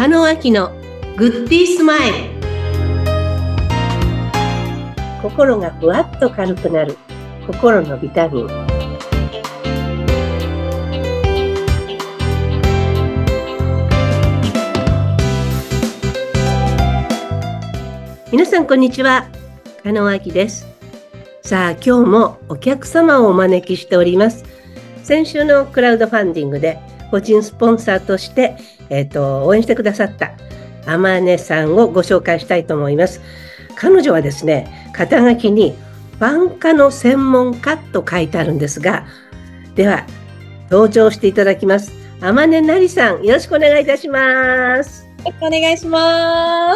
加納明のグッディースマイル。心がふわっと軽くなる心のビタミン。皆さんこんにちは、加納明です。さあ、今日もお客様をお招きしております。先週のクラウドファンディングで個人スポンサーとして、応援してくださったあまねさんをご紹介したいと思います。彼女はですね、肩書きに眼科の専門家と書いてあるんですが、では登場していただきます。あまねなりさん、よろしくお願いいたします。 よろしくお願いします。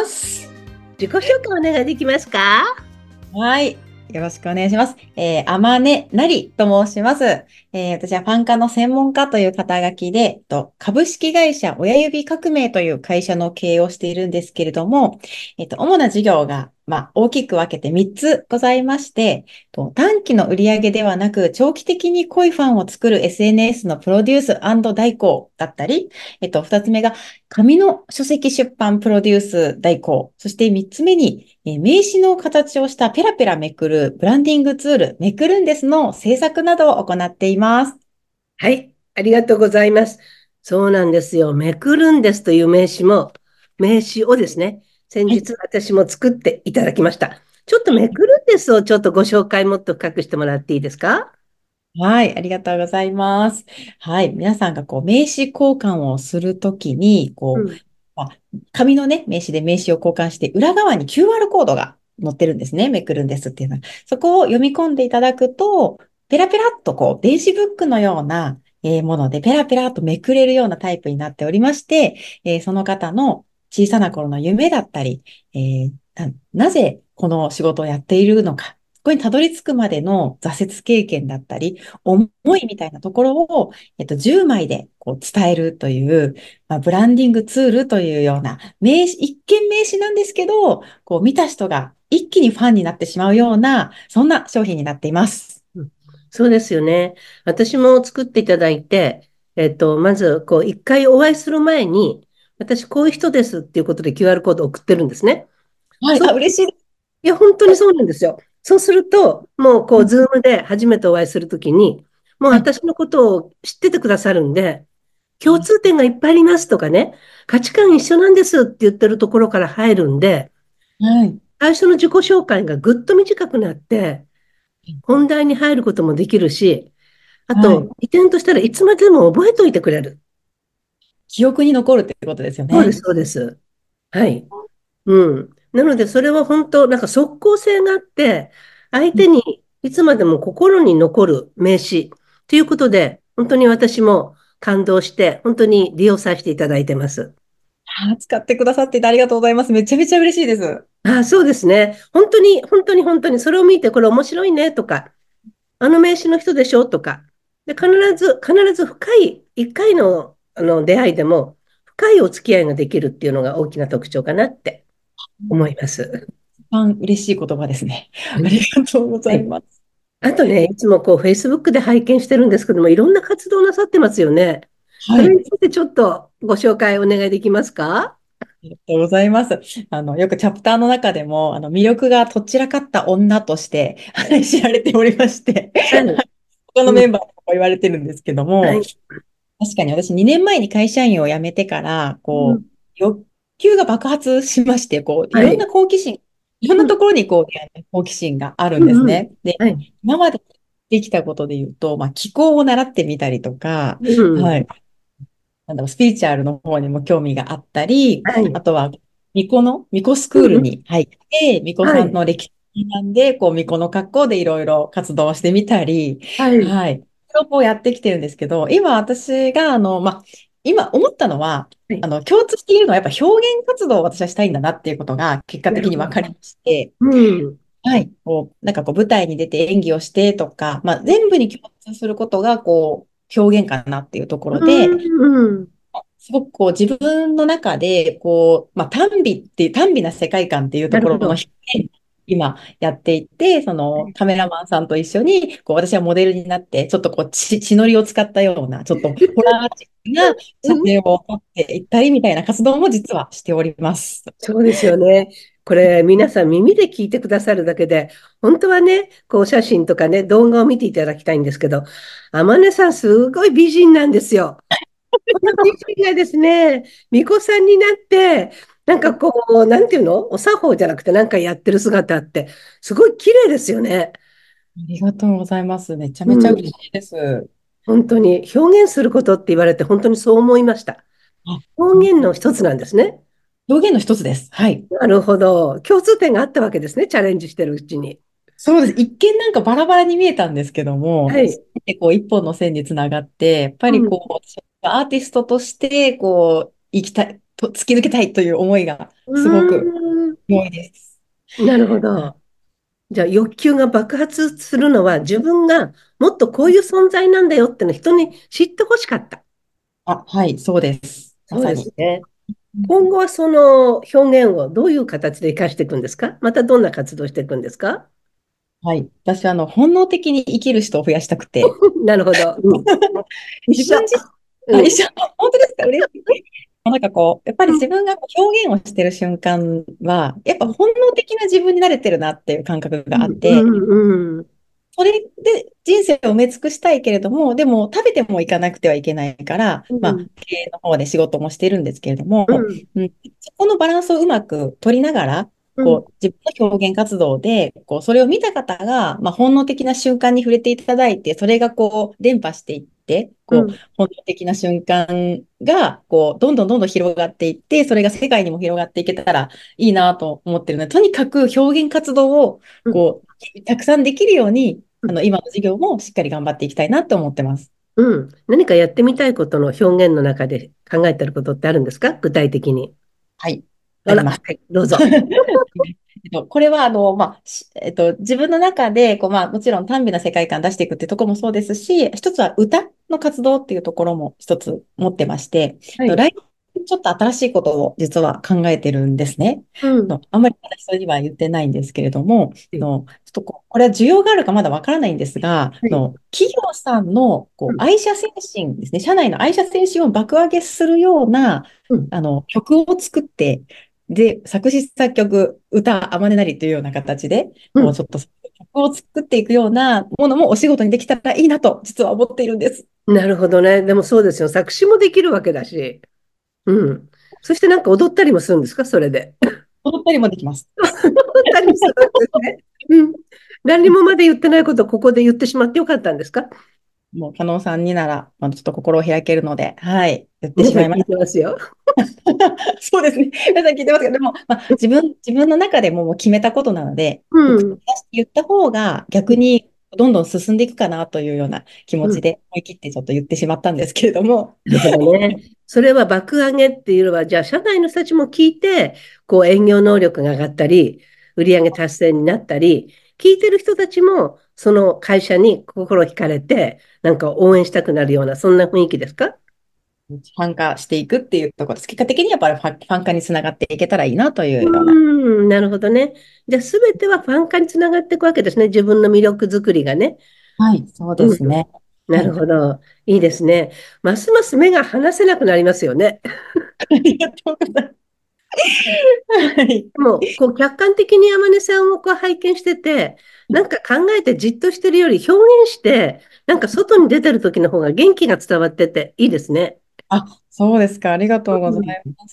自己紹介お願いできますか？ はい。よろしくお願いします。あまねなりと申します。私は眼科の専門家という肩書きで、株式会社親指革命という会社の経営をしているんですけれども、主な事業が、大きく分けて3つございまして、短期の売上ではなく、長期的に濃いファンを作る SNS のプロデュース&代行だったり、2つ目が紙の書籍出版プロデュース代行、そして3つ目に、名刺の形をしたペラペラめくるブランディングツール、めくるんですの制作などを行っています。 はい、ありがとうございます。そうなんですよ。めくるんですという名刺をですね、先はい。 日私も作っていただきました。ちょっとめくるんですをちょっとご紹介もっと深くしてもらっていいですか？ はい、ありがとうございます。はい、皆さんが名刺交換をするときに、 うん。 紙のね、名刺で名刺を交換して、裏側に QR コードが載ってるんですね。めくるんですっていうのは。そこを読み込んでいただくと、ペラペラっと電子ブックのようなもので、ペラペラっとめくれるようなタイプになっておりまして、その方の小さな頃の夢だったり、なぜこの仕事をやっているのか、ここにたどり着くまでの挫折経験だったり、思いみたいなところを、10枚で伝えるという、ブランディングツールというような名刺、一見名刺なんですけど、見た人が一気にファンになってしまうような、そんな商品になっています。 うん、そうですよね。私も作っていただいて、まず、一回お会いする前に、私こういう人ですっていうことで QR コードを送ってるんですね。 はい、 そう、 嬉しいです。 いや、本当にそうなんですよ。そうすると、もう、ズームで初めてお会いするときに、もうはい。 私のことを知っててくださるんで、共通点がいっぱいありますとかね、価値観一緒なんですって言ってるところから入るんで、 はい。 最初の自己紹介がぐっと短くなって、本題に入ることもできるし、あと、 はい。 利点としたらいつまでも覚えておいてくれる。 記憶に残るってことですよね。 そうです、そうです。はい。うん。なので、それは本当、なんか即効性があって、相手にいつまでも心に残る名詞ということで、本当に私も感動して、本当に利用させていただいてます。 使ってくださっていてありがとうございます。めちゃめちゃ嬉しいです。 ああ、そうですね。本当に、本当に、本当に、それを見て、これ面白いねとか、あの名詞の人でしょとか、で、必ず深い、一回の、出会いでも、深いお付き合いができるっていうのが大きな特徴かなって思います。 一番嬉しい言葉ですね。 はい。 ありがとうござはい。 います。 あとね、いつもFacebook で拝見してるんですけども、いろんな活動なさってますよね。そはい。 れについてちょっとご紹介お願いできますか？ ありがとうございます。よくチャプターの中でも、魅力がとっちらかった女として、知られておりまして、 はい。 他のうん。 メンバーも言われてるんですけども、 はい。 確かに私2年前に会社員を辞めてから、 うん。 欲求が爆発しまして、いろんなはい。 好奇心、いろんなうん。 ところに好奇心があるんうんうん。 ですね。で、 はい。 今までできたことで言うと、気候を習ってみたりとか、 うん。 はい。スピリチュアルの方にも興味があったり、 はい。 あとは、巫女スクールうんうん。 に入って、巫女さんはい。 の歴史なんで、巫女の格好でいろいろ活動してみたり、 はい。 はい。をやってきてるんですけど、今私が、今思ったのは、 はい。 共通しているのはやっぱ表現活動を私はしたいんだなっていうことが結果なるほど。 的に分かりまして、 うん。 はい。なんか舞台に出て演技をしてとか、 うん。 全部に共通することが、表現かなっていうところで、 うん。 すごく自分の中で、短美な世界観っていうところの表なるほど。 現、今やっていて、そのカメラマンさんと一緒に、私はモデルになって、ちょっと血のりを使ったような、ちょっとホラーチッが写うん、 真を撮っていったりみたいな活動も実はしております。 そうですよね。これ、皆さん耳で聞いてくださるだけで、本当はね、こう写真とかね、動画を見ていただきたいんですけど、天音さんすごい美人なんですよ。この美人がですね、巫女さんになって、なんかこう、なんていうのお作法じゃなくてなんかやってる姿って、すごい綺麗ですよね。 ありがとうございます。めちゃうめちゃ嬉ん。 しいです。 本当に表現することって言われて本当にそう思いました。 あ、 表現の一つなんですね。 表現の一つです。はい。 なるほど。共通点があったわけですね。チャレンジしてるうちに。 そうです。一見なんかバラバラに見えたんですけども、 はい。 こう一本の線につながって、やっぱりこう、 うん。 私がアーティストとしてこう、生きたい、突き抜けたいという思いがうすごくーん。 強いです。 なるほど。じゃあ欲求が爆発するのは自分がもっとこういう存在なんだよってのを人に知ってほしかった。 あ、はい、そうです。まそうでさに。 すね。 うん。 今後はその表現をどういう形で生かしていくんですか？またどんな活動していくんですか？ はい。私は本能的に生きる人を増やしたくて、 なるほど。うん。一緒。 自分自身、あ、 うん。 一緒、本当ですか？嬉しい。なんかこう、やっぱりうん。 自分がこう表現をしてる瞬間は、やっぱうん。 本能的な自分に慣れてるなっていう感覚があっうん。 て、 うん。 それで人生を埋め尽くしたいけれども、でも食べてもいかなくてはいけないから、まあ、 うん。 経営の方で仕事もしてるんですけれども、 うん。 うん、そこのバランスをうまく取りながら、 うん。 こう、自分の表現活動で、こう、それを見た方が、まあ、本能的な瞬間に触れていただいて、それがこう、伝播していって、こう、 うん。 本能的な瞬間が、こう、どんどんどんどん広がっていって、それが世界にも広がっていけたらいいなと思ってるので、とにかく表現活動を、 うん。 こう、たくさんできるように、 うん。 今の授業もしっかり頑張っていきたいなと思ってます。 うん。何かやってみたいことの表現の中で考えてることってあるんですか？具体的に。 はい。ああら、 ります。 はい、どうぞ。 これは、まあ、自分の中で、こう、まあ、もちろん短美な世界観出していくっていうところもそうですし、一つは歌の活動っていうところも一つ持ってまして、 はい。 来年ちょっと新しいことを実は考えてるんですね。 うん。 あんまり私には言ってないんですけれども、 はい。 ちょっとこれは需要があるかまだわからないんですが、 はい。 企業さんのうん。 愛車精神ですね、社内の愛車精神を爆上げするようなうん。 曲を作って、で、作詞作曲、歌、あまねなりというような形で、 うん。 こうちょっと曲を作っていくようなものもお仕事にできたらいいなと、実は思っているんです。 なるほどね。でもそうですよ。作詞もできるわけだし。うん。そしてなんか踊ったりもするんですか？それで。 踊ったりもできます。 踊ったりもするんですね。うん。何にもまだ言ってないことをここで言ってしまってよかったんですか？ もう、加納さんになら、ちょっと心を開けるので、はい、言って皆さん聞いしまいました。 てますよ。 そうですね。皆さん聞いてますけど、でも、まあ、自分の中でもう決めたことなので、こう口うん。 に出して言った方がうん。 逆にどんどん進んでいくかなというような気持うん。 ちで思い切ってちょっと言ってしまったんですけれども。 なるほどね。それは爆上げっていうのは、じゃあ、社内の人たちも聞いて、こう、営業能力が上がったり、売上達成になったり、聞いてる人たちも、その会社に心惹かれて、なんか応援したくなるような、そんな雰囲気ですか？ ファン化していくっていうところです。結果的にやっぱりファン化につながっていけたらいいなというような。 うーん、なるほどね。じゃあ、すべてはファン化につながっていくわけですね。自分の魅力作りがね。 はい、そうでうん。 すね。 なるはい。 ほど。いいですね。ますます目が離せなくなりますよね。 ありがとうございます。はい。 もう、こう、客観的に山根さんをこう拝見してて、なんか考えてじっとしてるより表現して、なんか外に出てる時の方が元気が伝わってていいですね。 あ、そうですか。ありがとうございうん。っます。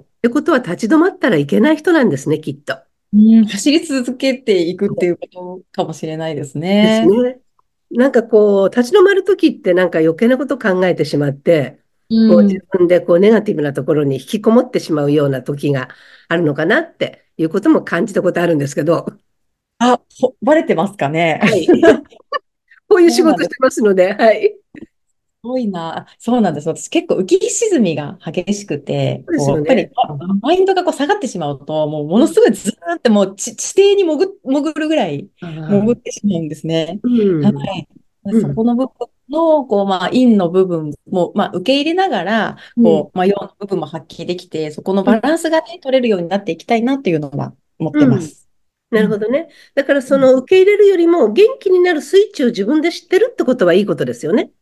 てことは立ち止まったらいけない人なんですね、きっと。 うん、走り続けていくっていうことかもしれないですね。 ですね。なんかこう、立ち止まる時ってなんか余計なこと考えてしまって、 うこうん。 自分でこうネガティブなところに引きこもってしまうような時があるのかなっていうことも感じたことあるんですけど、 あ、バレてますかね。 はい。こういう仕そうなんです。 事してますので、はい。 すごいな。そうなんです。私結構浮き沈みが激しくて、 そうでこう、やっぱりすよね。 マインドがこう下がってしまうと、もうもうん。 のすごいずーってもう地底に潜るぐらいあ潜っあ、 てしまうんですね。 うはん。 い。 うん。 そこの部分の、こう、まあ、陰の部分も、まあ、受け入れながら、 うん。 こう、まあ、陽の部分も発揮できて、そこのバランスがね、取れるようになっていきたいなっていうのは思ってうん。 ます。 なうん。 るほどね。だからうん。 その受け入れるよりも元気になるスイッチを自分で知ってるってことはいいことですよね。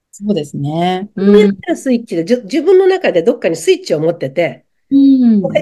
そうですね。 自分やっうん。 たらスイッチで、自分の中でどっかにスイッチを持ってて、 うん。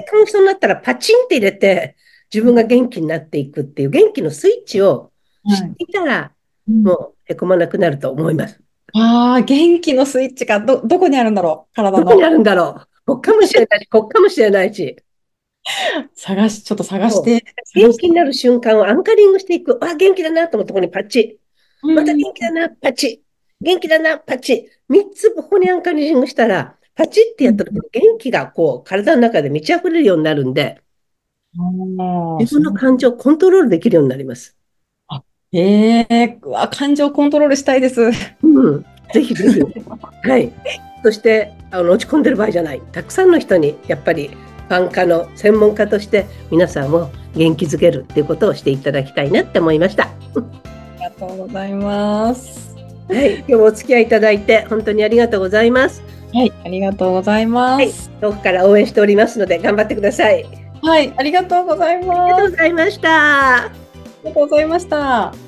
へこむ人になったらパチンって入れて、自分が元気になっていくっていう元気のスイッチを知ってはい。 いたら、 うん。 もうへこまなくなると思います。 ああ、元気のスイッチがどこにあるんだろう、体どこにあの。 るんだろう。こっかもしれないし、こっかもしれないし。 ちょっと探しそう。 て、探して。 元気になる瞬間をアンカリングしていく。あ、元気だなと思ったところにパチ。またうん。 元気だな、パチ。元気だな、パチ。三つここにアンカリングしたら、パチってうん。 やった時に元気がこう体の中で満ち溢れるようになるんで、 ああ、 自分の感情をコントロールできるようになります。 あ、ええうわ、感情コントロールしたいです。 うん。ぜひぜひ。はい。そして、落ち込んでる場合じゃない。たくさんの人に、やっぱり、ファン科の専門家として、皆さんを元気づけるっていうことをしていただきたいなって思いました。 ありがとうございます。 はい。今日もお付き合いいただいて、本当にありがとうございます。 はい、ありがとうございはい。 ます。 遠くから応援しておりますので、頑張ってください。あはい、ありがとうございりがとうます。あございました。 りがとうございました。